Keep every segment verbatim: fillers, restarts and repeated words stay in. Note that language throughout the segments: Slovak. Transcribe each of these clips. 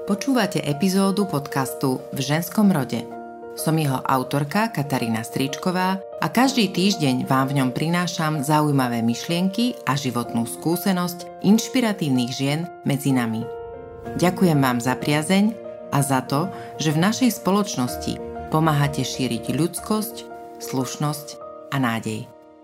Počúvate epizódu podcastu V ženskom rode. Som jeho autorka Katarína Stríčková a každý týždeň vám v ňom prinášam zaujímavé myšlienky a životnú skúsenosť inšpiratívnych žien medzi nami. Ďakujem vám za priazeň a za to, že v našej spoločnosti pomáhate šíriť ľudskosť, slušnosť a nádej.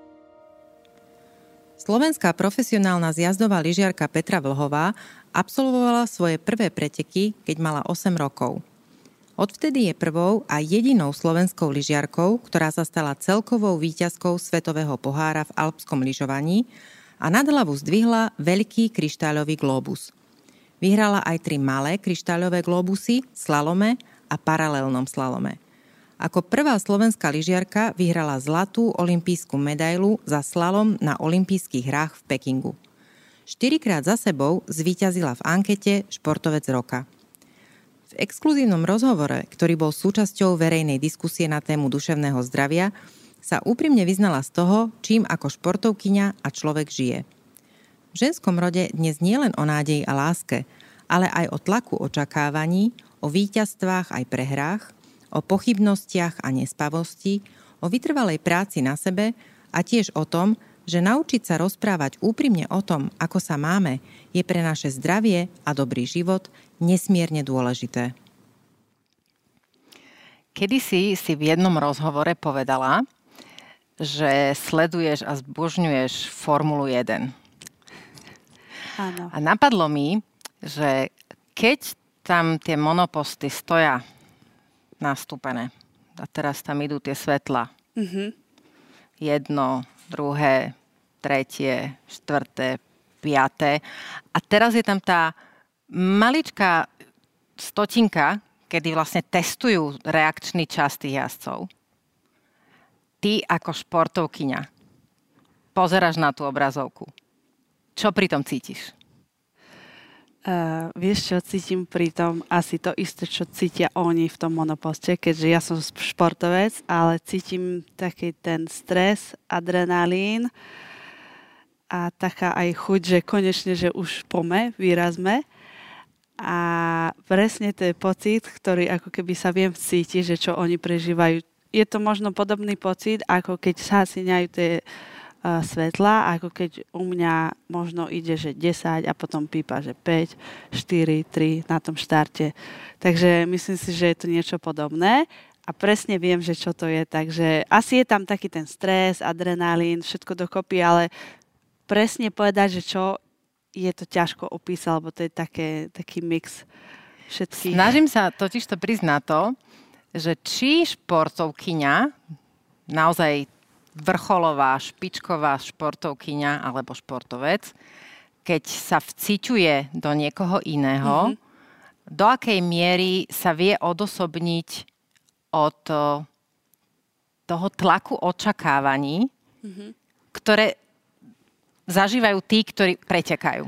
Slovenská profesionálna zjazdová lyžiarka Petra Vlhová absolvovala svoje prvé preteky, keď mala osem rokov. Odvtedy je prvou a jedinou slovenskou lyžiarkou, ktorá sa stala celkovou víťazkou svetového pohára v alpskom lyžovaní a nad hlavu zdvihla veľký kryštáľový glóbus. Vyhrala aj tri malé kryštáľové glóbusy v slalome a paralelnom slalome. Ako prvá slovenská lyžiarka vyhrala zlatú olympijskú medailu za slalom na olympijských hrách v Pekingu. Štyrikrát za sebou zvíťazila v ankete Športovec roka. V exkluzívnom rozhovore, ktorý bol súčasťou verejnej diskusie na tému duševného zdravia, sa úprimne vyznala z toho, čím ako športovkyňa a človek žije. V ženskom rode dnes nie len o nádeji a láske, ale aj o tlaku očakávaní, o víťazstvách aj prehrách, o pochybnostiach a nespavosti, o vytrvalej práci na sebe a tiež o tom, že naučiť sa rozprávať úprimne o tom, ako sa máme, je pre naše zdravie a dobrý život nesmierne dôležité. Kedysi si v jednom rozhovore povedala, že sleduješ a zbožňuješ Formulu jeden. Áno. A napadlo mi, že keď tam tie monoposty stoja nastúpené. A teraz tam idú tie svetla. Mm-hmm. Jedno, druhé, tretie, štvrté, piaté. A teraz je tam tá maličká stotinka, kedy vlastne testujú reakčný čas tých jazdcov. Ty ako športovkyňa pozeráš na tú obrazovku. Čo pri tom cítiš? Uh, vieš, čo cítim pri tom? Asi to isté, čo cítia oni v tom monoposte, keďže ja som športovec, ale cítim taký ten stres, adrenalín a taká aj chuť, že konečne, že už pome, výrazme. A presne to je pocit, ktorý ako keby sa viem cítiť, že čo oni prežívajú. Je to možno podobný pocit, ako keď sa hasíňajú tie svetla, ako keď u mňa možno ide, že desať a potom pípa, že päť, štyri, tri na tom štarte. Takže myslím si, že je to niečo podobné a presne viem, že čo to je. Takže asi je tam taký ten stres, adrenalín, všetko dokopy, ale presne povedať, že čo je to ťažko opísať, lebo to je také, taký mix všetkých. Snažím sa totiž to priznať to, že či športovkyňa naozaj vrcholová, špičková športovkyňa alebo športovec, keď sa vciťuje do niekoho iného, mm-hmm. do akej miery sa vie odosobniť od toho tlaku očakávaní, mm-hmm. ktoré zažívajú tí, ktorí pretekajú?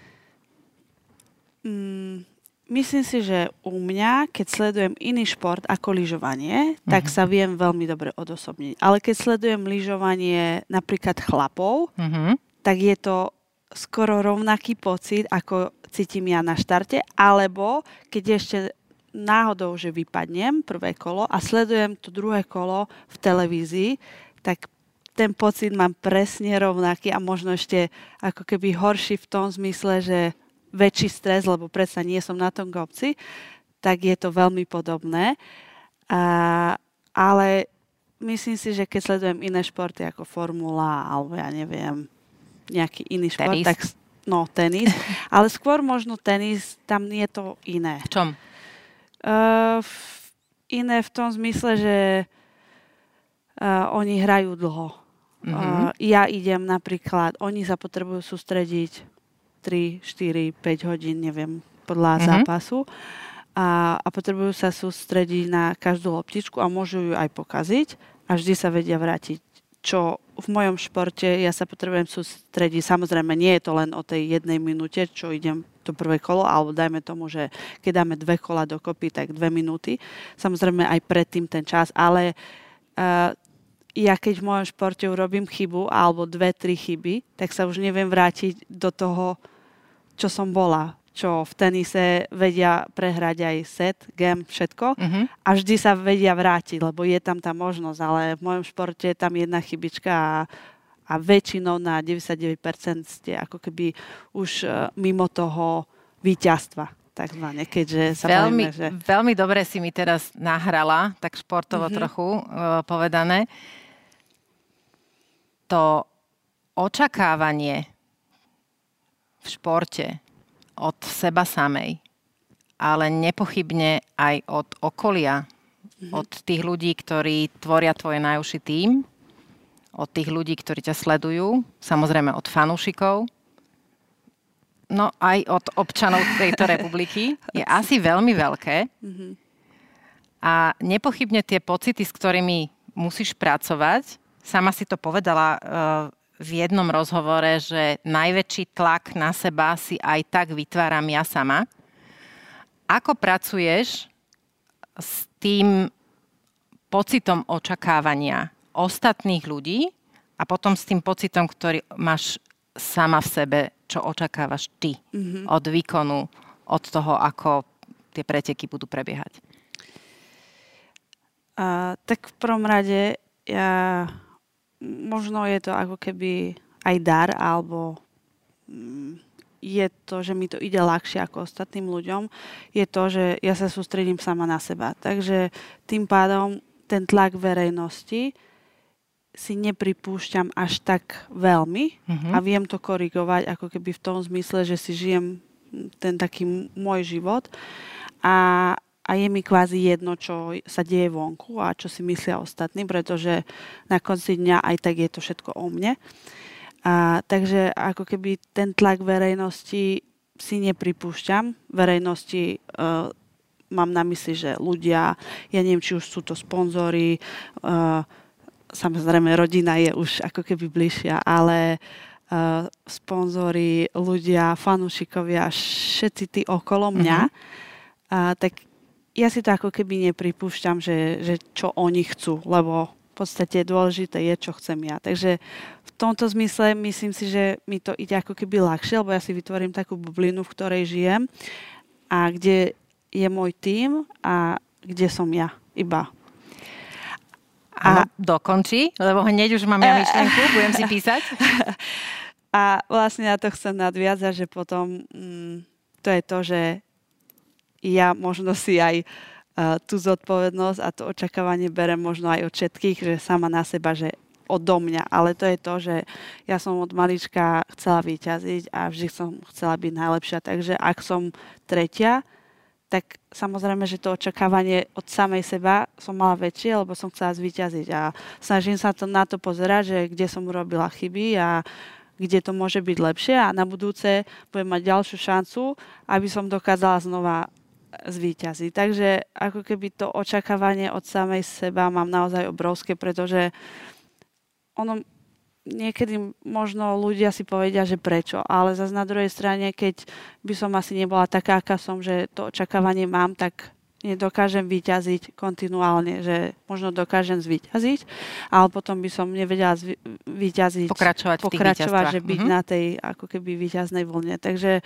Mm. Myslím si, že u mňa, keď sledujem iný šport ako lyžovanie, uh-huh. tak sa viem veľmi dobre odosobniť. Ale keď sledujem lyžovanie napríklad chlapov, uh-huh. tak je to skoro rovnaký pocit, ako cítim ja na štarte. Alebo keď ešte náhodou, že vypadnem prvé kolo a sledujem to druhé kolo v televízii, tak ten pocit mám presne rovnaký a možno ešte ako keby horší v tom zmysle, že väčší stres, lebo predsa nie som na tom kopci, tak je to veľmi podobné. A, ale myslím si, že keď sledujem iné športy ako formula, alebo ja neviem, nejaký iný šport, tenis. tak no, tenis. Ale skôr možno tenis, tam je to iné. V čom? Uh, iné v tom zmysle, že uh, oni hrajú dlho. Mm-hmm. Uh, ja idem napríklad, oni sa potrebujú sústrediť tri, štyri, päť hodín, neviem, podľa mm-hmm. zápasu. A, a potrebujú sa sústrediť na každú loptičku a môžu ju aj pokaziť a vždy sa vedia vrátiť. Čo v mojom športe ja sa potrebujem sústrediť. Samozrejme, nie je to len o tej jednej minúte, čo idem to prvé kolo, alebo dajme tomu, že keď dáme dve kola dokopy, tak dve minúty. Samozrejme aj predtým ten čas, ale uh, ja keď v mojom športe urobím chybu alebo dve, tri chyby, tak sa už neviem vrátiť do toho, čo som bola. čo v tenise vedia prehrať aj set, game, všetko Uh-huh. a vždy sa vedia vrátiť, lebo je tam tá možnosť, ale v mojom športe je tam jedna chybička a, a väčšinou na deväťdesiatdeväť percent ste ako keby už uh, mimo toho víťazstva, takzvané, keďže sa veľmi, bavíme, že... Veľmi dobre si mi teraz nahrala, tak športovo uh-huh. trochu uh, povedané. To očakávanie v športe od seba samej, ale nepochybne aj od okolia, mm-hmm. od tých ľudí, ktorí tvoria tvoj najúžší tím, od tých ľudí, ktorí ťa sledujú, samozrejme od fanúšikov, no aj od občanov tejto republiky, je asi veľmi veľké. Mm-hmm. A nepochybne tie pocity, s ktorými musíš pracovať, sama si to povedala uh, v jednom rozhovore, že najväčší tlak na seba si aj tak vytváram ja sama. Ako pracuješ s tým pocitom očakávania ostatných ľudí a potom s tým pocitom, ktorý máš sama v sebe, čo očakávaš ty mm-hmm. od výkonu, od toho, ako tie preteky budú prebiehať? Uh, tak v prvom rade ja... Možno je to ako keby aj dar, alebo je to, že mi to ide ľahšie ako ostatným ľuďom, je to, že ja sa sústredím sama na seba. Takže tým pádom ten tlak verejnosti si nepripúšťam až tak veľmi mm-hmm. a viem to korigovať ako keby v tom zmysle, že si žijem ten taký môj život a A je mi kvázi jedno, čo sa deje vonku a čo si myslia ostatní, pretože na konci dňa aj tak je to všetko o mne. A, takže ako keby ten tlak verejnosti si nepripúšťam. Verejnosti uh, mám na mysli, že ľudia, ja neviem, či už sú to sponzori, uh, samozrejme rodina je už ako keby bližšia, ale uh, sponzori, ľudia, fanúšikovia, všetci tí okolo mňa, mm-hmm. uh, tak ja si to ako keby nepripúšťam, že, že čo oni chcú, lebo v podstate dôležité je, čo chcem ja. Takže v tomto zmysle myslím si, že mi to ide ako keby ľahšie, lebo ja si vytvorím takú bublinu, v ktorej žijem a kde je môj tím a kde som ja iba. A dokončí, lebo hneď už mám ja myšlienku, budem si písať. A vlastne ja to chcem nadviazať, že potom mm, to je to, že ja možno si aj uh, tú zodpovednosť a to očakávanie berem možno aj od všetkých, že sama na seba, že odo mňa. Ale to je to, že ja som od malička chcela vyťaziť a vždy som chcela byť najlepšia. Takže ak som tretia, tak samozrejme, že to očakávanie od samej seba som mala väčšie, lebo som chcela zvíťaziť. A snažím sa to na to pozerať, že kde som urobila chyby a kde to môže byť lepšie a na budúce budem mať ďalšiu šancu, aby som dokázala znova zvíťaziť. Takže ako keby to očakávanie od samej seba mám naozaj obrovské, pretože ono niekedy možno ľudia si povedia, že prečo, ale zase na druhej strane, keď by som asi nebola taká, aká som, že to očakávanie mám, tak nedokážem vyťaziť kontinuálne, že možno dokážem zvíťaziť, ale potom by som nevedela zvy- vyťaziť, pokračovať, pokračovať že byť mm-hmm. na tej ako keby víťaznej vlne. Takže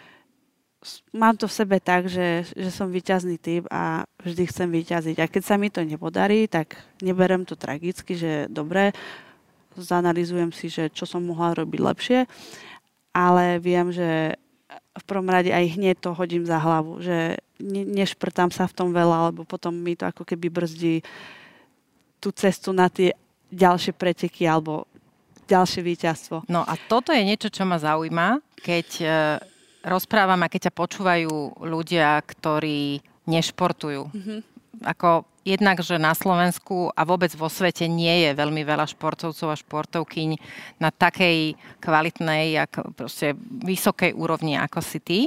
mám to v sebe tak, že, že som víťazný typ a vždy chcem vyťaziť. A keď sa mi to nepodarí, tak neberem to tragicky, že dobre, zanalizujem si, že čo som mohla robiť lepšie, ale viem, že v prvom rade aj hneď to hodím za hlavu, že ne, nešprtám sa v tom veľa, lebo potom mi to ako keby brzdí tú cestu na tie ďalšie preteky alebo ďalšie víťazstvo. No a toto je niečo, čo ma zaujíma, keď rozprávam a keď ťa počúvajú ľudia, ktorí nešportujú. Mm-hmm. Ako jednak, že na Slovensku a vôbec vo svete nie je veľmi veľa športovcov a športovkyň na takej kvalitnej, ako proste vysokej úrovni, ako si ty.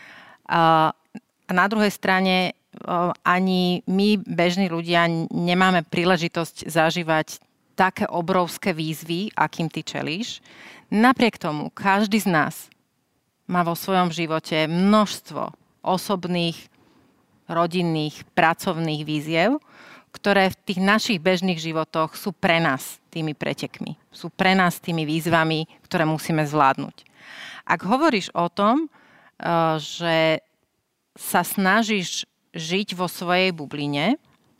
A na druhej strane ani my, bežní ľudia, nemáme príležitosť zažívať také obrovské výzvy, akým ty čelíš. Napriek tomu, každý z nás má vo svojom živote množstvo osobných, rodinných, pracovných víziev, ktoré v tých našich bežných životoch sú pre nás tými pretekmi. Sú pre nás tými výzvami, ktoré musíme zvládnuť. Ak hovoríš o tom, že sa snažíš žiť vo svojej bubline.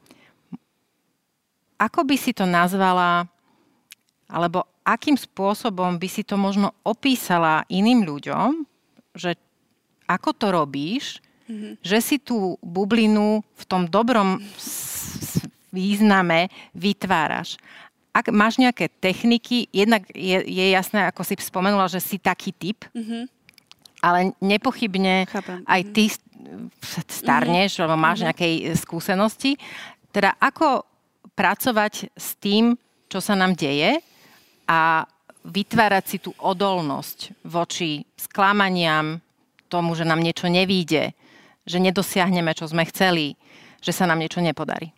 Ako by si to nazvala, alebo akým spôsobom by si to možno opísala iným ľuďom, že ako to robíš, mm-hmm. že si tú bublinu v tom dobrom význame vytváraš. Ak máš nejaké techniky, jednak je, je jasné, ako si spomenula, že si taký typ, mm-hmm. ale nepochybne Chápem. Aj ty starneš, mm-hmm. alebo máš mm-hmm. nejaké skúsenosti. Teda ako pracovať s tým, čo sa nám deje a vytvárať si tú odolnosť voči sklamaniam, tomu, že nám niečo nevíde, že nedosiahneme, čo sme chceli, že sa nám niečo nepodarí?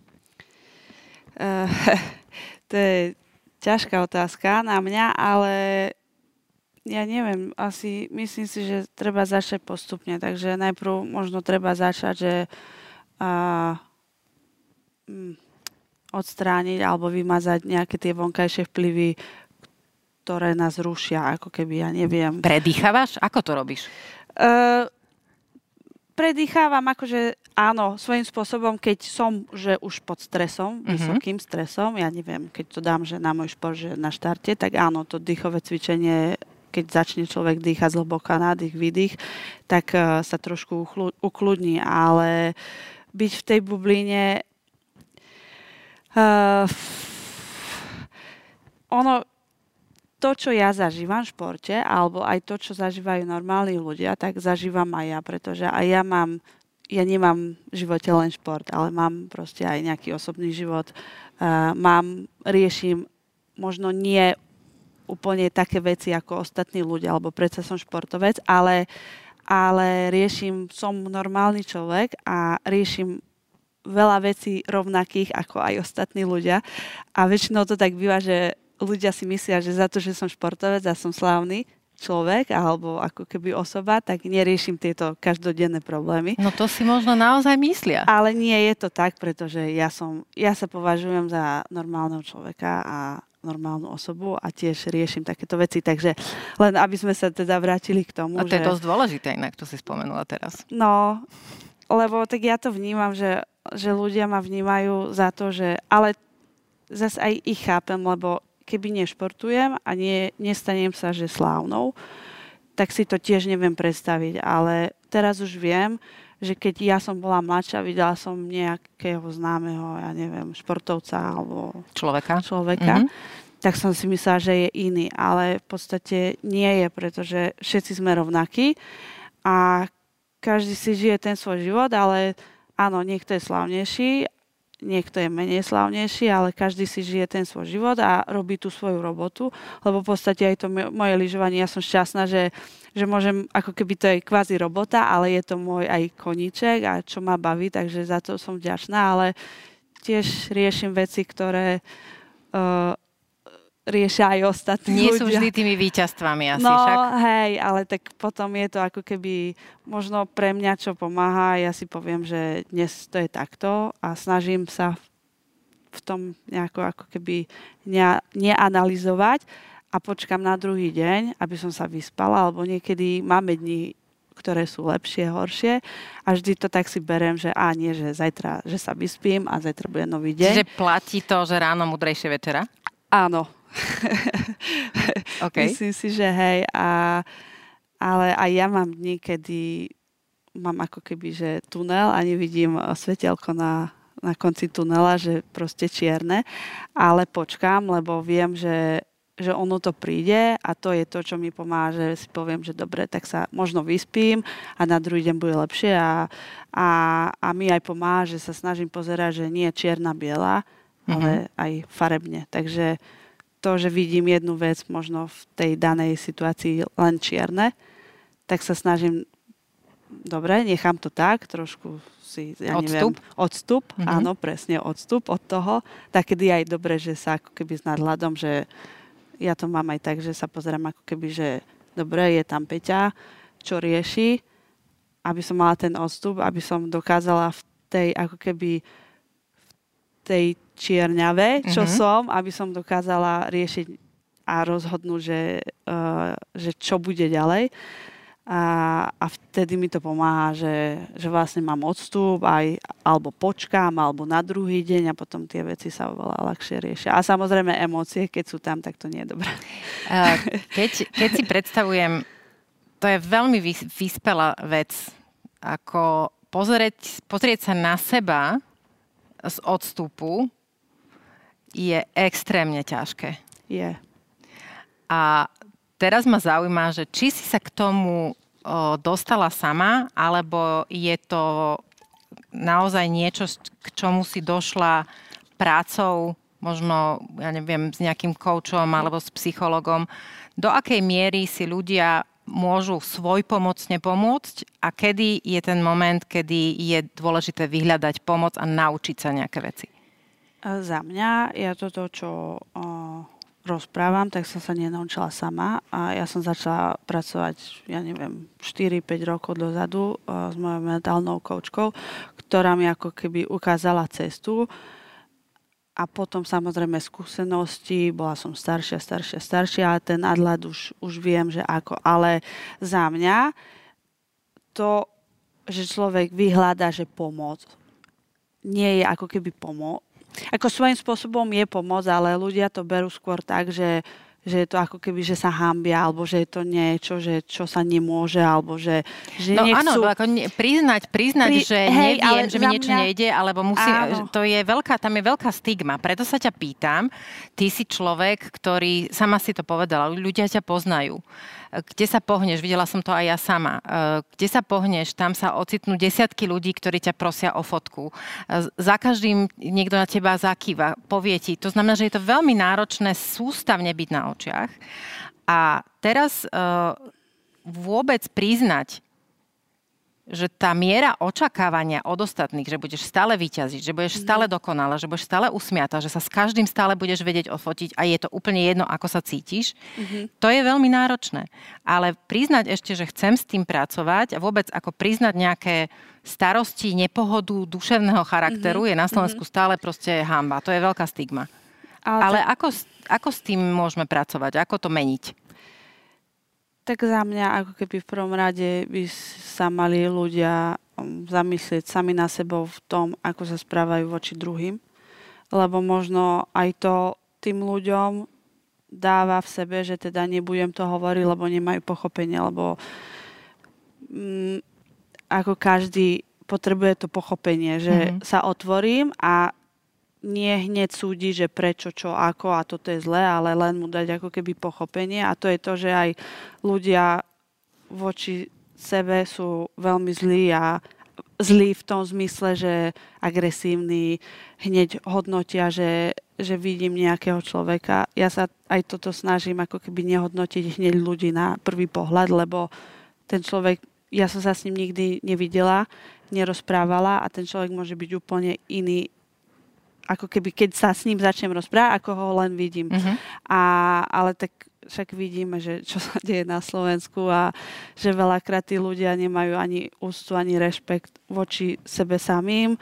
Uh, to je ťažká otázka na mňa, ale ja neviem, asi myslím si, že treba začať postupne, takže najprv možno treba začať, že uh, mm, odstrániť alebo vymazať nejaké tie vonkajšie vplyvy, ktoré nás rušia, ako keby, ja neviem. Predýchávaš? Ako to robíš? Uh, predýchávam, akože áno, svojím spôsobom, keď som, že už pod stresom, uh-huh. vysokým stresom, ja neviem, keď to dám, že na môj šport, že na štarte, tak áno, to dýchové cvičenie, keď začne človek dýchať zhlboka, nádych, výdych, tak uh, sa trošku uchlu- ukludní, ale byť v tej bubline uh, ono to, čo ja zažívam v športe, alebo aj to, čo zažívajú normálni ľudia, tak zažívam aj ja, pretože aj ja mám, ja nemám v živote len šport, ale mám proste aj nejaký osobný život. Uh, mám, riešim možno nie úplne také veci ako ostatní ľudia, alebo predsa som športovec, ale, ale riešim, som normálny človek a riešim veľa vecí rovnakých ako aj ostatní ľudia. A väčšinou to tak býva, že ľudia si myslia, že za to, že som športovec a som slávny človek alebo ako keby osoba, tak neriešim tieto každodenné problémy. No to si možno naozaj myslia. Ale nie je to tak, pretože ja som, ja sa považujem za normálneho človeka a normálnu osobu a tiež riešim takéto veci. Takže len aby sme sa teda vrátili k tomu, a to že... je dosť dôležité inak, to si spomenula teraz. No, lebo tak ja to vnímam, že, že ľudia ma vnímajú za to, že... Ale zase aj ich chápem, lebo keby nešportujem a nie, nestanem sa, že slávnou, tak si to tiež neviem predstaviť. Ale teraz už viem, že keď ja som bola mladšia, videla som nejakého známeho, ja neviem, športovca alebo človeka, človeka mm-hmm. tak som si myslela, že je iný. Ale v podstate nie je, pretože všetci sme rovnakí a každý si žije ten svoj život, ale áno, niekto je slávnejší, niekto je menej slávnejší, ale každý si žije ten svoj život a robí tú svoju robotu, lebo v podstate aj to moje lyžovanie, ja som šťastná, že, že môžem, ako keby to je kvázi robota, ale je to môj aj koníček a čo ma baví, takže za to som vďačná, ale tiež riešim veci, ktoré uh, riešia aj ostatní Nie ľudia. sú vždy tými víťazstvami asi no, však. No hej, ale tak potom je to ako keby možno pre mňa, čo pomáha, ja si poviem, že dnes to je takto a snažím sa v tom nejako ako keby ne, neanalyzovať a počkam na druhý deň, aby som sa vyspala, alebo niekedy máme dni, ktoré sú lepšie, horšie a vždy to tak si beriem, že á, nie, že zajtra, že sa vyspím a zajtra bude nový deň. Čiže platí to, že ráno múdrejšie večera? Áno. Okay. Myslím si, že hej. A, ale aj ja mám dni, kedy mám ako keby, že tunel a nevidím svetelko na, na konci tunela, že proste čierne. Ale počkám, lebo viem, že, že ono to príde a to je to, čo mi pomáha, že si poviem, že dobre, tak sa možno vyspím a na druhý deň bude lepšie. A, a, a mi aj pomáha, že sa snažím pozerať, že nie čierna-biela, mm-hmm. ale aj farebne. Takže to, že vidím jednu vec možno v tej danej situácii len čierne, tak sa snažím, dobre, nechám to tak, trošku si, ja odstup. neviem, odstup, mm-hmm. áno, presne odstup od toho. Takedy aj dobre, že sa ako keby s nadhľadom, že ja to mám aj tak, že sa pozerám ako keby, že dobre, je tam Peťa, čo rieši, aby som mala ten odstup, aby som dokázala v tej ako keby tej čierňave, čo mm-hmm. som, aby som dokázala riešiť a rozhodnúť, že, uh, že čo bude ďalej. A, a vtedy mi to pomáha, že, že vlastne mám odstup aj, alebo počkám, alebo na druhý deň a potom tie veci sa oveľa ľahšie riešia. A samozrejme emócie, keď sú tam, tak to nie je dobré. Keď, keď si predstavujem, to je veľmi vyspelá vec, ako pozrieť, pozrieť sa na seba z odstupu je extrémne ťažké. Je. A teraz ma zaujíma, že či si sa k tomu o, dostala sama, alebo je to naozaj niečo, k čomu si došla prácou, možno, ja neviem, s nejakým koučom alebo s psychologom. Do akej miery si ľudia môžu svojpomocne pomôcť a kedy je ten moment, kedy je dôležité vyhľadať pomoc a naučiť sa nejaké veci? Za mňa, ja toto, čo uh, rozprávam, tak som sa nenaučila sama a ja som začala pracovať, ja neviem, štyri päť rokov dozadu uh, s mojou mentálnou koučkou, ktorá mi ako keby ukázala cestu a potom samozrejme skúsenosti, bola som staršia, staršia, staršia a ten nadhľad už, už viem, že ako, ale za mňa to, že človek vyhľadá, že pomoc, nie je ako keby pomoc. Ako svojím spôsobom je pomoc, ale ľudia to berú skôr tak, že, že je to ako keby, že sa hanbia, alebo že je to niečo, že čo sa nemôže, alebo že, že no nechcú... áno, ako ne, priznať, priznať, Pri, že hej, neviem, že mi niečo mňa... nejde, alebo musí, to je veľká, tam je veľká stigma. Preto sa ťa pýtam, ty si človek, ktorý, sama si to povedala, ľudia ťa poznajú. Kde sa pohneš, videla som to aj ja sama, kde sa pohneš, tam sa ocitnú desiatky ľudí, ktorí ťa prosia o fotku. Za každým niekto na teba zakýva, povie ti. To znamená, že je to veľmi náročné sústavne byť na očiach. A teraz vôbec priznať, že tá miera očakávania od ostatných, že budeš stále vyťaziť, že budeš stále dokonala, že budeš stále usmiata, že sa s každým stále budeš vedieť ofotiť a je to úplne jedno, ako sa cítiš, mm-hmm. to je veľmi náročné. Ale priznať ešte, že chcem s tým pracovať a vôbec ako priznať nejaké starosti, nepohodu duševného charakteru mm-hmm. je na Slovensku mm-hmm. stále proste hanba. To je veľká stigma. Ale, Ale to... ako, ako s tým môžeme pracovať? Ako to meniť? Tak za mňa, ako keby v prvom rade by sa mali ľudia zamyslieť sami na sebou v tom, ako sa správajú voči druhým. Lebo možno aj to tým ľuďom dáva v sebe, že teda nebudem to hovoriť, lebo nemajú pochopenie, lebo mm, ako každý potrebuje to pochopenie, že mm-hmm. sa otvorím a nie hneď súdi, že prečo, čo, ako a toto je zlé, ale len mu dať ako keby pochopenie a to je to, že aj ľudia voči sebe sú veľmi zlí a zlí v tom zmysle, že agresívni, hneď hodnotia, že, že vidím nejakého človeka. Ja sa aj toto snažím ako keby nehodnotiť hneď ľudí na prvý pohľad, lebo ten človek, ja som sa s ním nikdy nevidela, nerozprávala a ten človek môže byť úplne iný, ako keby, keď sa s ním začnem rozprávať, ako ho len vidím. Uh-huh. A, ale tak však vidíme, že čo sa deje na Slovensku a že veľakrát tí ľudia nemajú ani úctu, ani rešpekt voči sebe samým.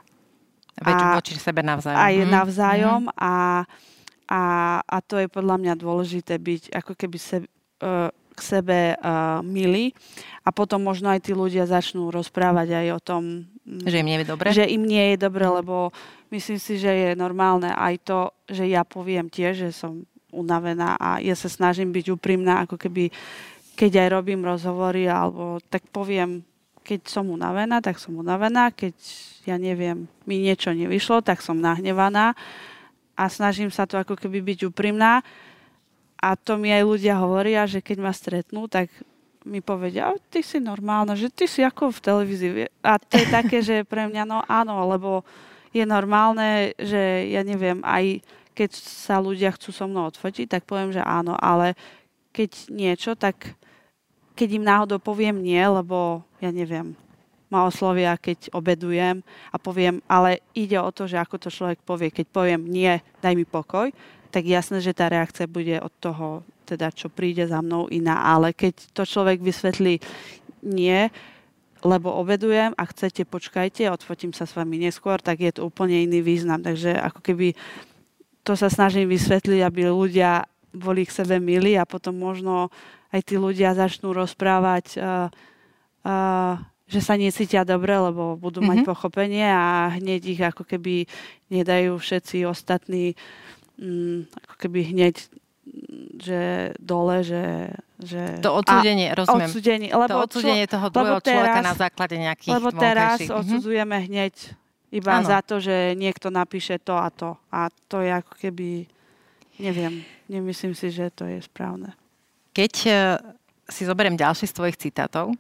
A voči sebe navzájom. Aj uh-huh. navzájom. Uh-huh. A, a, a to je podľa mňa dôležité byť ako keby se, uh, k sebe uh, milí. A potom možno aj tí ľudia začnú rozprávať aj o tom, že im nie je dobre? Že im nie je dobre, lebo myslím si, že je normálne aj to, že ja poviem tiež, že som unavená a ja sa snažím byť úprimná, ako keby, keď aj robím rozhovory, alebo tak poviem, keď som unavená, tak som unavená, keď, ja neviem, mi niečo nevyšlo, tak som nahnevaná a snažím sa to ako keby byť úprimná a to mi aj ľudia hovoria, že keď ma stretnú, tak mi povedia, ty si normálna, že ty si ako v televízii. A to je také, že pre mňa, no áno, lebo je normálne, že ja neviem, aj keď sa ľudia chcú so mnou odfotiť, tak poviem, že áno, ale keď niečo, tak keď im náhodou poviem nie, lebo ja neviem, ma oslovia, keď obedujem a poviem, ale ide o to, že ako to človek povie, keď poviem nie, daj mi pokoj, tak jasné, že tá reakcia bude od toho, teda čo príde za mnou iná, ale keď to človek vysvetlí nie, lebo obedujem a chcete, počkajte, odfotím sa s vami neskôr, tak je to úplne iný význam. Takže ako keby to sa snažím vysvetliť, aby ľudia boli k sebe milí a potom možno aj tí ľudia začnú rozprávať, uh, uh, že sa necítia dobre, lebo budú mm-hmm. mať pochopenie a hneď ich ako keby nedajú všetci ostatní um, ako keby hneď že dole, že... že to odsúdenie, rozumiem. Odsúdenie, lebo to odsúdenie toho druhého teraz, človeka na základe nejakých lebo teraz vonkajších. odsudzujeme mm-hmm. hneď iba ano. Za to, že niekto napíše to a to. A to je ako keby... Neviem, nemyslím si, že to je správne. Keď si zoberiem ďalší z tvojich citátov,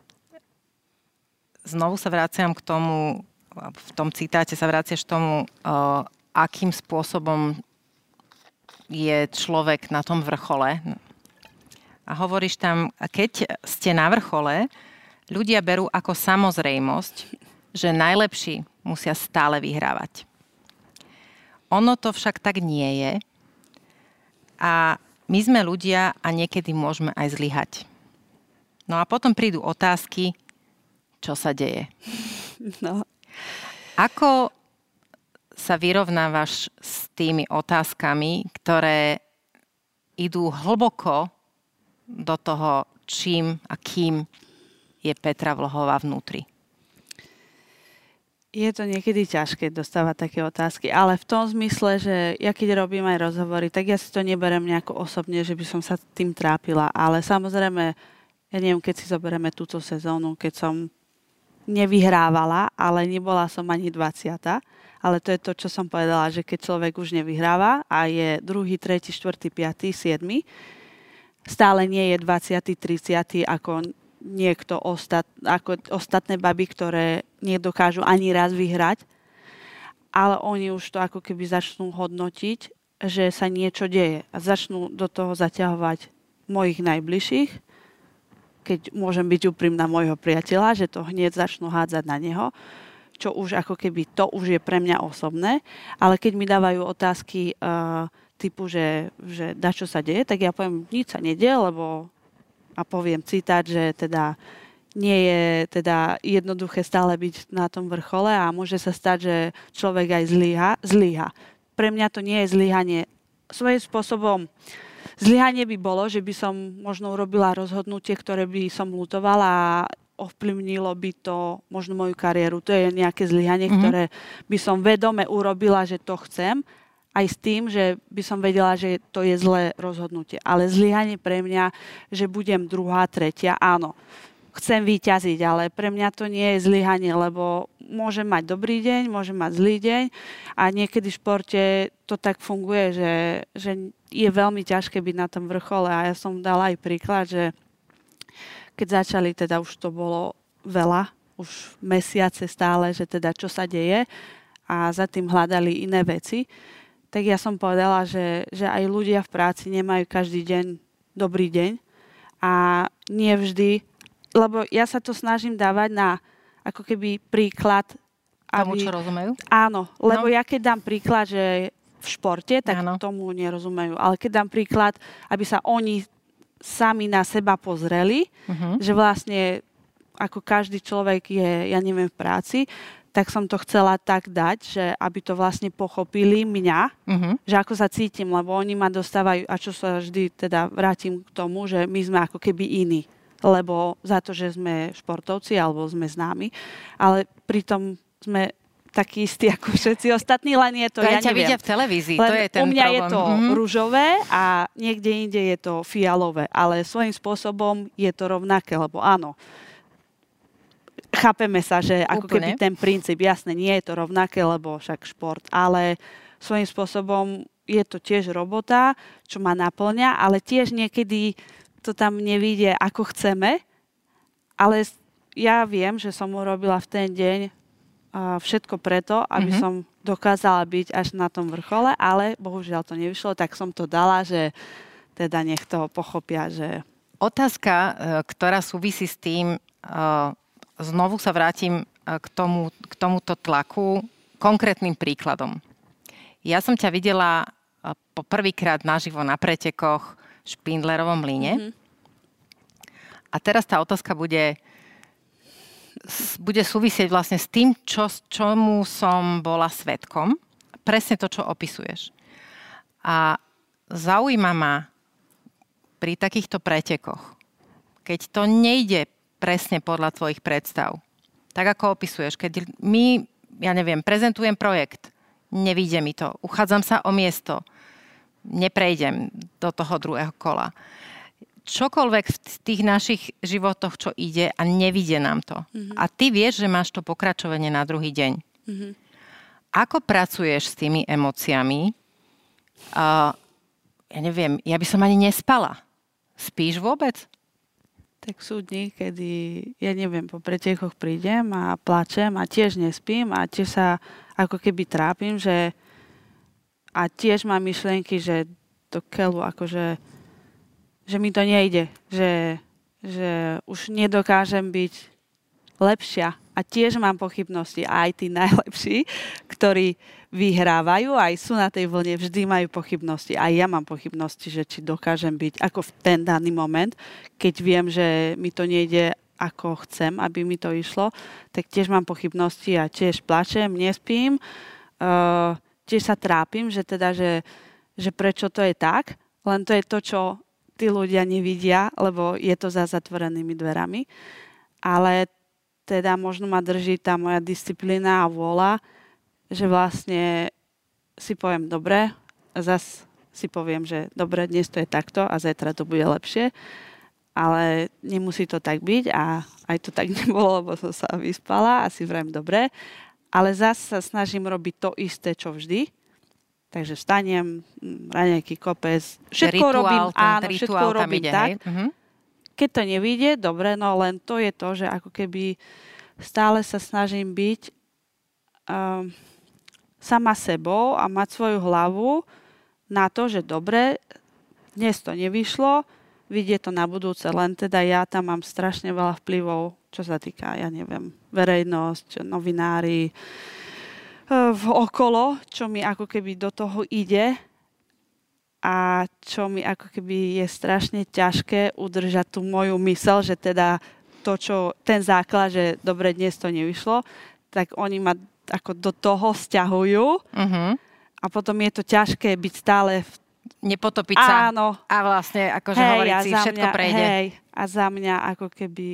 znovu sa vraciam k tomu, v tom citáte sa vraciaš k tomu, akým spôsobom je človek na tom vrchole. A hovoríš tam, keď ste na vrchole, ľudia berú ako samozrejmosť, že najlepší musia stále vyhrávať. Ono to však tak nie je. A my sme ľudia a niekedy môžeme aj zlyhať. No a potom prídu otázky, čo sa deje. No. Ako sa vyrovnávaš s tými otázkami, ktoré idú hlboko do toho, čím a kým je Petra Vlhová vnútri? Je to niekedy ťažké dostávať také otázky, ale v tom zmysle, že ja keď robím aj rozhovory, tak ja si to neberem nejako osobne, že by som sa tým trápila, ale samozrejme, ja neviem, keď si zoberieme túto sezónu, keď som nevyhrávala, ale nebola som ani dvadsiata, ale to je to, čo som povedala, že keď človek už nevyhráva a je druhý, tretí, štvrtý, piatý, siedmy, stále nie je dvadsiaty, tridsiaty ako niekto ostat, ako ostatné baby, ktoré nedokážu ani raz vyhrať, ale oni už to ako keby začnú hodnotiť, že sa niečo deje a začnú do toho zaťahovať mojich najbližších, keď môžem byť úprimná môjho priateľa, že to hneď začnú hádzať na neho, čo už ako keby to už je pre mňa osobné, ale keď mi dávajú otázky uh, typu, že, že da čo sa deje, tak ja poviem, nič sa nedieje, lebo a poviem citát, že teda nie je teda jednoduché stále byť na tom vrchole a môže sa stať, že človek aj zlyha. zlyha. Pre mňa to nie je zlyhanie. Svojím spôsobom zlyhanie by bolo, že by som možno urobila rozhodnutie, ktoré by som ľutovala a ovplyvnilo by to možno moju kariéru. To je nejaké zlyhanie, mm-hmm. ktoré by som vedome urobila, že to chcem, aj s tým, že by som vedela, že to je zlé rozhodnutie. Ale zlyhanie pre mňa, že budem druhá, tretia, áno. Chcem vyťaziť, ale pre mňa to nie je zlyhanie, lebo môžem mať dobrý deň, môžem mať zlý deň a niekedy v športe to tak funguje, že, že je veľmi ťažké byť na tom vrchole a ja som dala aj príklad, že keď začali, teda už to bolo veľa, už mesiace stále, že teda čo sa deje a za tým hľadali iné veci, tak ja som povedala, že, že aj ľudia v práci nemajú každý deň dobrý deň a nie vždy, lebo ja sa to snažím dávať na ako keby príklad. Tomu, aby, čo rozumejú? Áno, lebo no. ja keď dám príklad, že v športe, tak áno. tomu nerozumejú. Ale keď dám príklad, aby sa oni sami na seba pozreli, uh-huh. že vlastne ako každý človek je, ja neviem, v práci, tak som to chcela tak dať, že aby to vlastne pochopili mňa, uh-huh. že ako sa cítim, lebo oni ma dostávajú, a čo sa vždy teda vrátim k tomu, že my sme ako keby iní, lebo za to, že sme športovci alebo sme známi, ale pritom sme takí istí ako všetci ostatní, len je to, to ja ťa neviem. vidia v televízii, len to je ten u mňa problém. je to mm-hmm. ružové a niekde inde je to fialové, ale svojím spôsobom je to rovnaké, lebo áno, chápeme sa, že ako Úplne. keby ten princíp, jasné, nie je to rovnaké, lebo však šport, ale svojím spôsobom je to tiež robota, čo ma naplňa, ale tiež niekedy to tam nevidie, ako chceme, ale ja viem, že som urobila v ten deň uh, všetko preto, aby mm-hmm. som dokázala byť až na tom vrchole, ale bohužiaľ to nevyšlo, tak som to dala, že teda nech to pochopia, že... Otázka, ktorá súvisí s tým, uh, znovu sa vrátim k, tomu, k tomuto tlaku konkrétnym príkladom. Ja som ťa videla po prvýkrát naživo na pretekoch v Špindlerovom mlyne. Mm-hmm. A teraz tá otázka bude, bude súvisieť vlastne s tým, čo, čomu som bola svedkom. Presne to, čo opisuješ. A zaujíma ma pri takýchto pretekoch, keď to nejde presne podľa tvojich predstav, tak ako opisuješ, keď my, ja neviem, prezentujem projekt, nevíde mi to, uchádzam sa o miesto, neprejdem do toho druhého kola. Čokoľvek v tých našich životoch, čo ide a nevidie nám to. Mm-hmm. A ty vieš, že máš to pokračovanie na druhý deň. Mm-hmm. Ako pracuješ s tými emóciami? Uh, ja neviem, ja by som ani nespala. Spíš vôbec? Tak sú dni, kedy, ja neviem, po pretekoch prídem a plačem a tiež nespím a tiež sa ako keby trápim, že a tiež mám myšlienky, že do keľu, akože že mi to nejde, že, že už nedokážem byť lepšia. A tiež mám pochybnosti. A aj tí najlepší, ktorí vyhrávajú, aj sú na tej vlne, vždy majú pochybnosti. Aj ja mám pochybnosti, že či dokážem byť ako v ten daný moment, keď viem, že mi to nejde ako chcem, aby mi to išlo, tak tiež mám pochybnosti a tiež plačem, nespím. Uh, tiež sa trápim, že teda, že, že prečo to je tak, len to je to, čo tí ľudia nevidia, lebo je to za zatvorenými dverami. Ale teda možno ma drží tá moja disciplína a vôľa, že vlastne si poviem dobre, a zas si poviem, že dobre, dnes to je takto a zajtra to bude lepšie, ale nemusí to tak byť a aj to tak nebolo, lebo som sa vyspala a si vrajím dobre, ale zas sa snažím robiť to isté, čo vždy. Takže vstanem, raňajky, kopec, všetko rituál, robím, áno, rituál všetko robím ide, tak. Uh-huh. Keď to nevyjde, dobre, no len to je to, že ako keby stále sa snažím byť um, sama sebou a mať svoju hlavu na to, že dobre, dnes to nevyšlo, vidie to na budúce, len teda ja tam mám strašne veľa vplyvov, čo sa týka, ja neviem, verejnosť, novinári, v okolo, čo mi ako keby do toho ide a čo mi ako keby je strašne ťažké udržať tú moju myseľ, že teda to, čo, ten základ, že dobre, dnes to nevyšlo, tak oni ma ako do toho vzťahujú uh-huh. a potom je to ťažké byť stále v... Nepotopiť sa. Áno. A vlastne, akože hej, hovoriť si, všetko mňa, prejde. Hej, a za mňa ako keby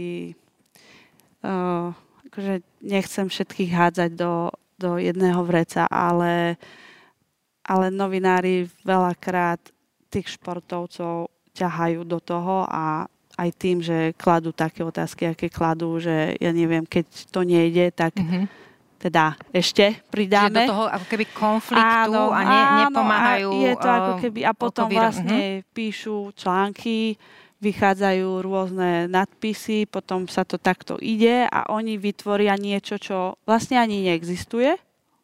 uh, akože nechcem všetkých hádzať do do jedného vreca, ale, ale novinári veľakrát tých športovcov ťahajú do toho a aj tým, že kladú také otázky, aké kladú, že ja neviem, keď to nejde, tak mm-hmm. teda ešte pridáme. Čiže do toho ako keby konfliktu áno, a ne, nepomáhajú. A je to ako keby, a potom vlastne mm-hmm. píšu články, vychádzajú rôzne nadpisy, potom sa to takto ide a oni vytvoria niečo, čo vlastne ani neexistuje,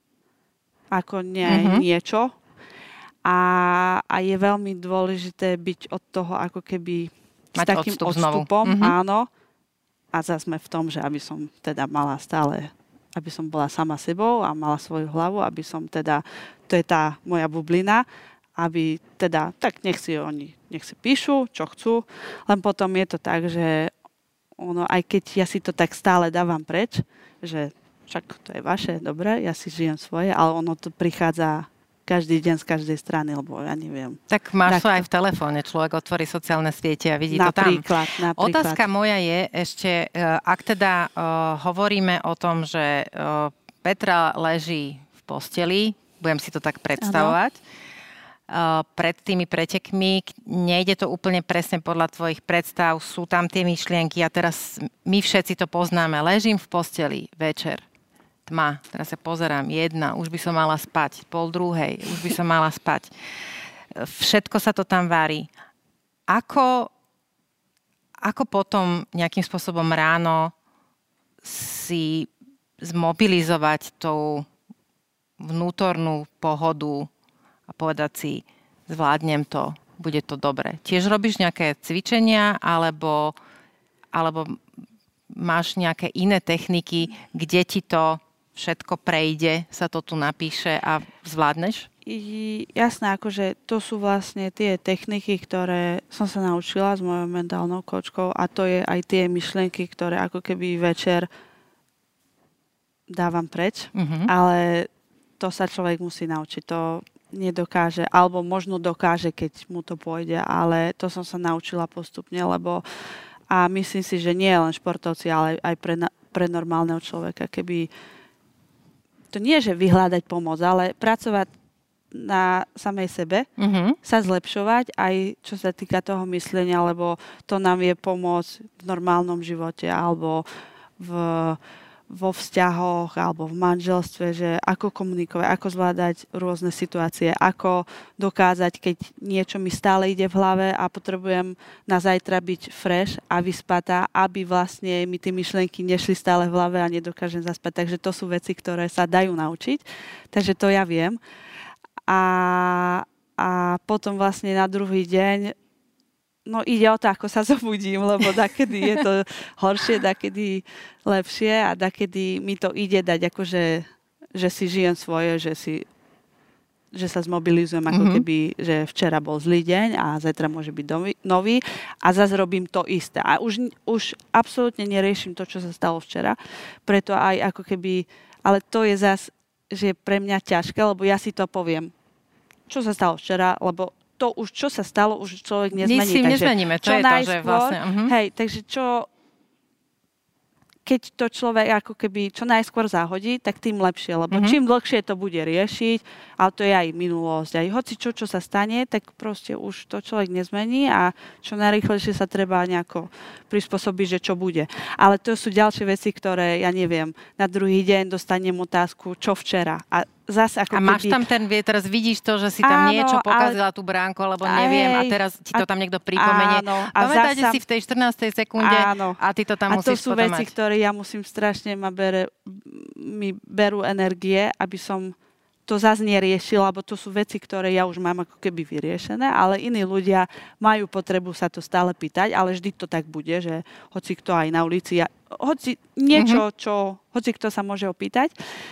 ako nie, mm-hmm. niečo. A, a je veľmi dôležité byť od toho ako keby s mať takým odstup odstupom, mm-hmm. áno. A zase sme v tom, že aby som teda mala stále, aby som bola sama sebou a mala svoju hlavu, aby som teda, to je tá moja bublina, aby teda, tak nech si oni, nech si píšu, čo chcú, len potom je to tak, že ono, aj keď ja si to tak stále dávam preč, že však to je vaše, dobre, ja si žijem svoje, ale ono to prichádza každý deň z každej strany, lebo ja neviem. Tak máš to aj v telefóne, človek otvorí sociálne siete a vidí napríklad, to tam. Napríklad. Otázka moja je ešte, ak teda uh, hovoríme o tom, že uh, Petra leží v posteli, budem si to tak predstavovať, ano. Uh, pred tými pretekmi, nejde to úplne presne podľa tvojich predstav, sú tam tie myšlienky a teraz my všetci to poznáme. Ležím v posteli večer, tma, teraz sa pozerám, jedna, už by som mala spať, pol druhej, už by som mala spať. Všetko sa to tam varí. Ako, ako potom nejakým spôsobom ráno si zmobilizovať tou vnútornú pohodu a povedať si, zvládnem to, bude to dobre. Tiež robíš nejaké cvičenia, alebo, alebo máš nejaké iné techniky, kde ti to všetko prejde, sa to tu napíše a zvládneš? I, jasné, akože to sú vlastne tie techniky, ktoré som sa naučila s mojou mentálnou koučkou a to je aj tie myšlienky, ktoré ako keby večer dávam preč, mm-hmm. ale to sa človek musí naučiť. To nedokáže, alebo možno dokáže, keď mu to pôjde, ale to som sa naučila postupne, lebo a myslím si, že nie len športovci, ale aj pre, pre normálneho človeka, keby to nie, že vyhľadať pomoc, ale pracovať na samej sebe, mm-hmm. sa zlepšovať, aj čo sa týka toho myslenia, lebo to nám vie pomôcť v normálnom živote, alebo v vo vzťahoch alebo v manželstve, že ako komunikovať, ako zvládať rôzne situácie, ako dokázať, keď niečo mi stále ide v hlave a potrebujem na zajtra byť fresh a vyspatá, aby vlastne mi tie myšlienky nešli stále v hlave a nedokážem zaspať. Takže to sú veci, ktoré sa dajú naučiť. Takže to ja viem. A, a potom vlastne na druhý deň no ide o to, ako sa zobudím, lebo dakedy je to horšie, dakedy lepšie a dakedy mi to ide dať, akože, že si žijem svoje, že si že sa zmobilizujem, ako mm-hmm. keby, že včera bol zlý deň a zajtra môže byť nový, nový a zase robím to isté. A už, už absolútne neriešim to, čo sa stalo včera, preto aj ako keby, ale to je zase, že je pre mňa ťažké, lebo ja si to poviem, čo sa stalo včera, lebo to už, čo sa stalo, už človek nezmení. Nic si nezmeníme, to je to, že vlastne... Uh-huh. Hej, takže čo... Keď to človek ako keby čo najskôr zahodí, tak tým lepšie, lebo uh-huh. čím dlhšie to bude riešiť, ale to je aj minulosť, aj hoci čo, čo sa stane, tak proste už to človek nezmení a čo najrýchlejšie sa treba nejako prispôsobiť, že čo bude. Ale to sú ďalšie veci, ktoré, ja neviem, na druhý deň dostanem otázku, čo včera. A zase ako a máš keby... tam ten, teraz vidíš to, že si tam áno, niečo pokazila ale... tú bránku, alebo neviem, aj, a teraz ti to a... tam niekto pripomenie. Áno, pamätáte zasa... si v tej štrnástej sekunde áno, a ty to tam musíš potom mať. A to sú veci, mať. Ktoré ja musím strašne, ma bere, mi berú energie, aby som to zase neriešila, lebo to sú veci, ktoré ja už mám ako keby vyriešené, ale iní ľudia majú potrebu sa to stále pýtať, ale vždy to tak bude, že hoci kto aj na ulici, hoci niečo, mm-hmm. čo, hoci kto sa môže opýtať,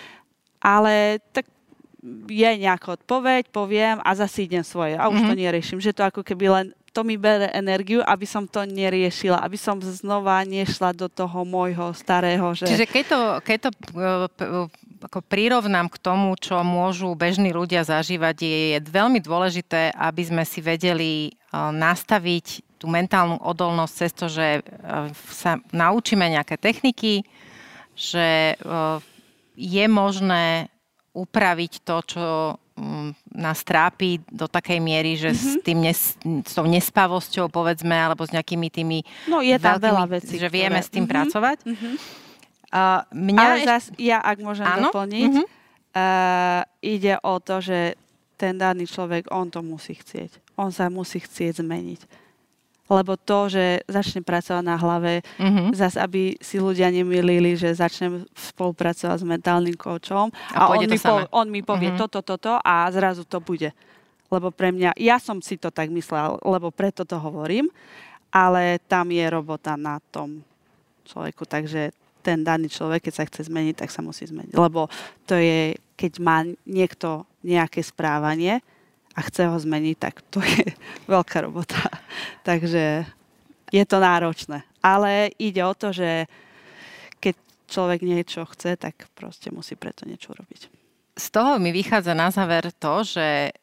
ale tak je nejaká odpoveď, poviem a zase idem svoje a už mm-hmm. to neriešim, že to ako keby len to mi bere energiu, aby som to neriešila, aby som znova nešla do toho môjho starého. Že... Čiže keď to, keď to ako prirovnám k tomu, čo môžu bežní ľudia zažívať, je, je veľmi dôležité, aby sme si vedeli nastaviť tú mentálnu odolnosť cez to, že sa naučíme nejaké techniky, že je možné upraviť to, čo nás trápi do takej miery, že mm-hmm. s, tým nes, s tou nespavosťou, povedzme, alebo s nejakými tými... No je tam veľa vecí, že vieme ktoré... s tým mm-hmm. pracovať. Mm-hmm. Uh, mňa Ale zase, ja ak môžem áno? doplniť, mm-hmm. uh, ide o to, že ten daný človek, on to musí chcieť. On sa musí chcieť zmeniť. Lebo to, že začne pracovať na hlave, mm-hmm. zase aby si ľudia nemýlili, že začnem spolupracovať s mentálnym koučom a, a on, mi po, on mi povie mm-hmm. toto, toto a zrazu to bude. Lebo pre mňa, ja som si to tak myslela, lebo preto to hovorím, ale tam je robota na tom človeku, takže ten daný človek, keď sa chce zmeniť, tak sa musí zmeniť. Lebo to je, keď má niekto nejaké správanie, a chce ho zmeniť, tak to je veľká robota. Takže je to náročné. Ale ide o to, že keď človek niečo chce, tak proste musí preto niečo robiť. Z toho mi vychádza na záver to, že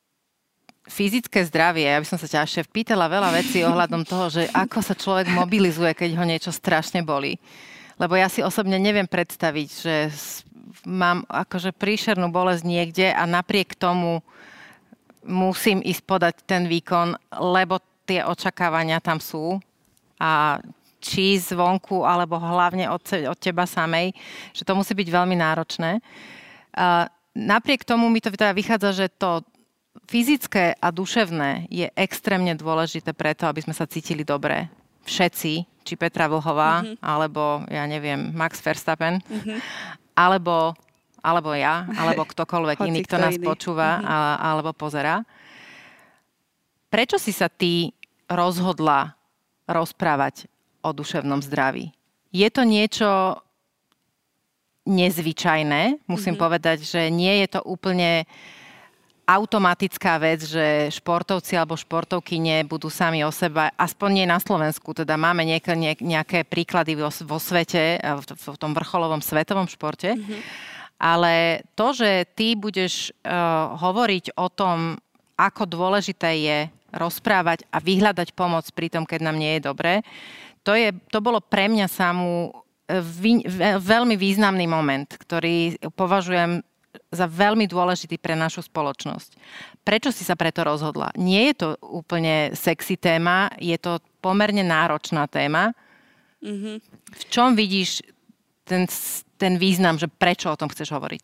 fyzické zdravie, ja by som sa ťa ešte pýtala veľa vecí ohľadom toho, že ako sa človek mobilizuje, keď ho niečo strašne bolí. Lebo ja si osobne neviem predstaviť, že mám akože príšernú bolesť niekde a napriek tomu musím ísť podať ten výkon, lebo tie očakávania tam sú a či zvonku, alebo hlavne od, od teba samej, že to musí byť veľmi náročné. Uh, napriek tomu mi to teda vychádza, že to fyzické a duševné je extrémne dôležité preto, aby sme sa cítili dobre. Všetci, či Petra Vlhová, mm-hmm. alebo ja neviem, Max Verstappen, mm-hmm. alebo alebo ja, alebo ktokoľvek iný, kto nás iný. počúva mm-hmm. a, alebo pozerá. Prečo si sa ty rozhodla rozprávať o duševnom zdraví? Je to niečo nezvyčajné, musím mm-hmm. povedať, že nie je to úplne automatická vec, že športovci alebo športovky nebudú sami o seba, aspoň nie na Slovensku, teda máme nejaké, nejaké príklady vo, vo svete, v, v tom vrcholovom svetovom športe. Mm-hmm. Ale to, že ty budeš uh, hovoriť o tom, ako dôležité je rozprávať a vyhľadať pomoc pri tom, keď nám nie je dobre, to, je, to bolo pre mňa samú vý, veľmi významný moment, ktorý považujem za veľmi dôležitý pre našu spoločnosť. Prečo si sa preto rozhodla? Nie je to úplne sexy téma, je to pomerne náročná téma. Mm-hmm. V čom vidíš ten, ten význam, že prečo o tom chceš hovoriť?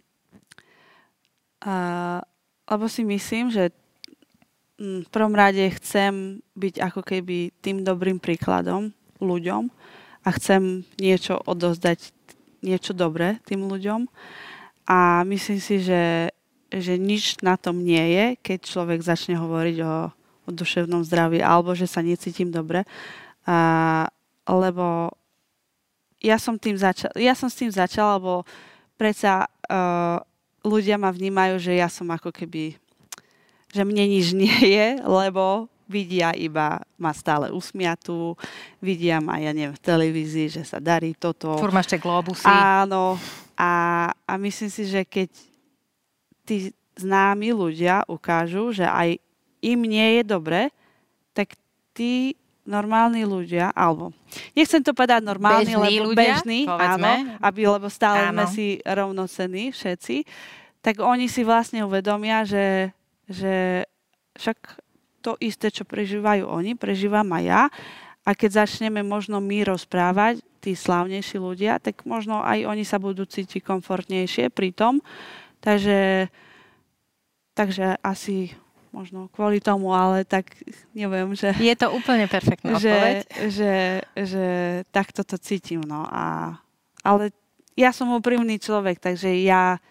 Uh, lebo si myslím, že v prvom rade chcem byť ako keby tým dobrým príkladom ľuďom a chcem niečo odozdať, niečo dobré tým ľuďom. A myslím si, že, že nič na tom nie je, keď človek začne hovoriť o, o duševnom zdraví alebo že sa necítim dobre. A, lebo ja som, tým začal, ja som s tým začala, lebo predsa uh, ľudia ma vnímajú, že ja som ako keby, že mne nič nie je, lebo vidia iba ma stále usmiatú, vidia ma, ja neviem, v televízii, že sa darí toto. Furt máš tie globusy. Áno. A, a myslím si, že keď tí známi ľudia ukážu, že aj im nie je dobre, tak tí normálni ľudia, alebo nechcem to povedať normálni, bežní lebo ľudia, bežní, povedzme. áno, aby, lebo stále áno. sme si rovnocenní všetci, tak oni si vlastne uvedomia, že, že však to isté, čo prežívajú oni, prežívam aj ja. A keď začneme možno my rozprávať, tí slávnejší ľudia, tak možno aj oni sa budú cítiť komfortnejšie pri tom. Takže, takže asi možno kvôli tomu, ale tak neviem, že... Je to úplne perfektná odpoveď. Že, že, že takto to cítim, no. A, ale ja som úprimný človek, takže ja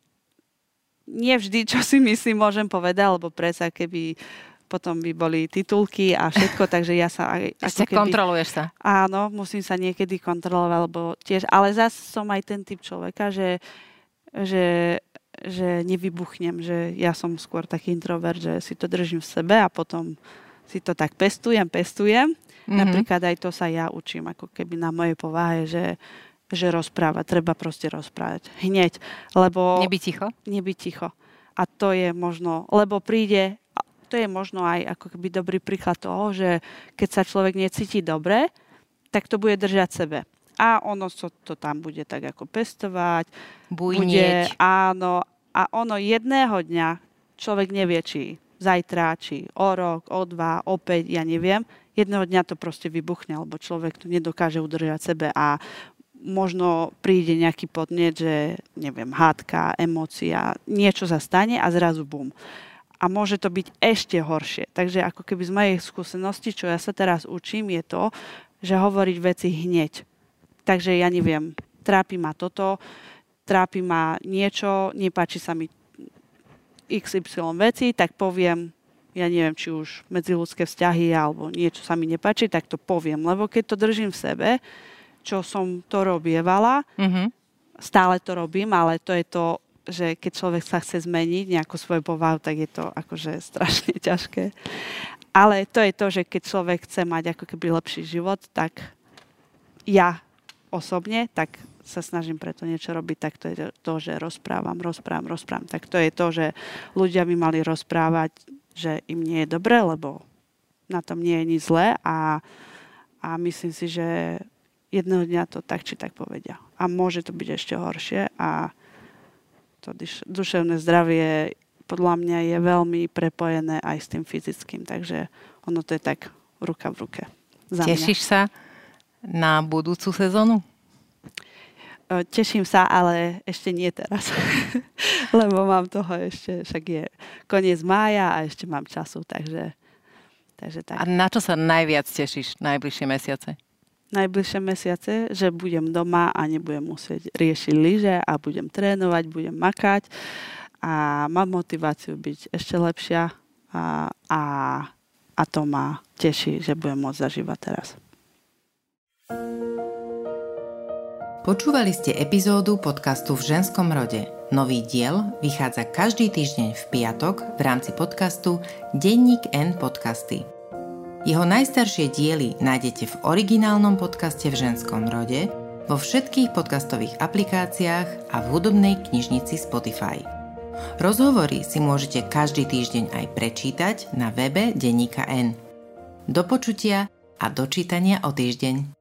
nevždy, čo si myslím, môžem povedať, lebo predsa keby potom by boli titulky a všetko, takže ja sa... Ešte keby, kontroluješ sa. Áno, musím sa niekedy kontrolovať, lebo tiež... Ale zase som aj ten typ človeka, že, že, že nevybuchnem, že ja som skôr taký introvert, že si to držím v sebe a potom si to tak pestujem, pestujem. Mm-hmm. Napríklad aj to sa ja učím, ako keby na mojej povahe, že, že rozprávať. Treba proste rozprávať. Hneď, lebo... Nebyť ticho? Nebyť ticho. A to je možno... Lebo príde... To je možno aj ako keby dobrý príklad toho, že keď sa človek necíti dobre, tak to bude držať sebe. A ono to, to tam bude tak ako pestovať. Bujnieť. Bude, áno. A ono jedného dňa človek nevie, či zajtra, či o rok, o dva, o päť, ja neviem. Jedného dňa to proste vybuchne, lebo človek to nedokáže udržať sebe a možno príde nejaký podnet, že neviem, hádka, emócia, niečo sa stane a zrazu bum. A môže to byť ešte horšie. Takže ako keby z mojej skúsenosti, čo ja sa teraz učím, je to, že hovoriť veci hneď. Takže ja neviem, trápi ma toto, trápi ma niečo, nepáči sa mi iks ypsilon veci, tak poviem, ja neviem, či už medziľudské vzťahy alebo niečo sa mi nepáči, tak to poviem. Lebo keď to držím v sebe, čo som to robievala, mm-hmm. stále to robím, ale to je to, že keď človek sa chce zmeniť nejakú svoju povahu, tak je to akože strašne ťažké. Ale to je to, že keď človek chce mať ako keby lepší život, tak ja osobne, tak sa snažím preto niečo robiť, tak to je to, že rozprávam, rozprávam, rozprávam. Tak to je to, že ľudia by mali rozprávať, že im nie je dobre, lebo na tom nie je nič zlé a, a myslím si, že jedného dňa to tak či tak povedia. A môže to byť ešte horšie a to duševné zdravie podľa mňa je veľmi prepojené aj s tým fyzickým, takže ono to je tak ruka v ruke. Za Tešíš mňa. sa na budúcu sezónu? Teším sa, ale ešte nie teraz. Lebo mám toho ešte, však je koniec mája a ešte mám času, takže, takže tak. A na čo sa najviac tešíš najbližšie mesiace? Najbližšie mesiace, že budem doma a nebudem musieť riešiť lyže a budem trénovať, budem makať a mám motiváciu byť ešte lepšia a, a, a to ma teší, že budem môcť zažívať teraz. Počúvali ste epizódu podcastu V ženskom rode. Nový diel vychádza každý týždeň v piatok v rámci podcastu Denník N podcasty. Jeho najstaršie diely nájdete v originálnom podcaste V ženskom rode vo všetkých podcastových aplikáciách a v hudobnej knižnici Spotify. Rozhovory si môžete každý týždeň aj prečítať na webe denníka N. Do počutia a dočítania o týždeň.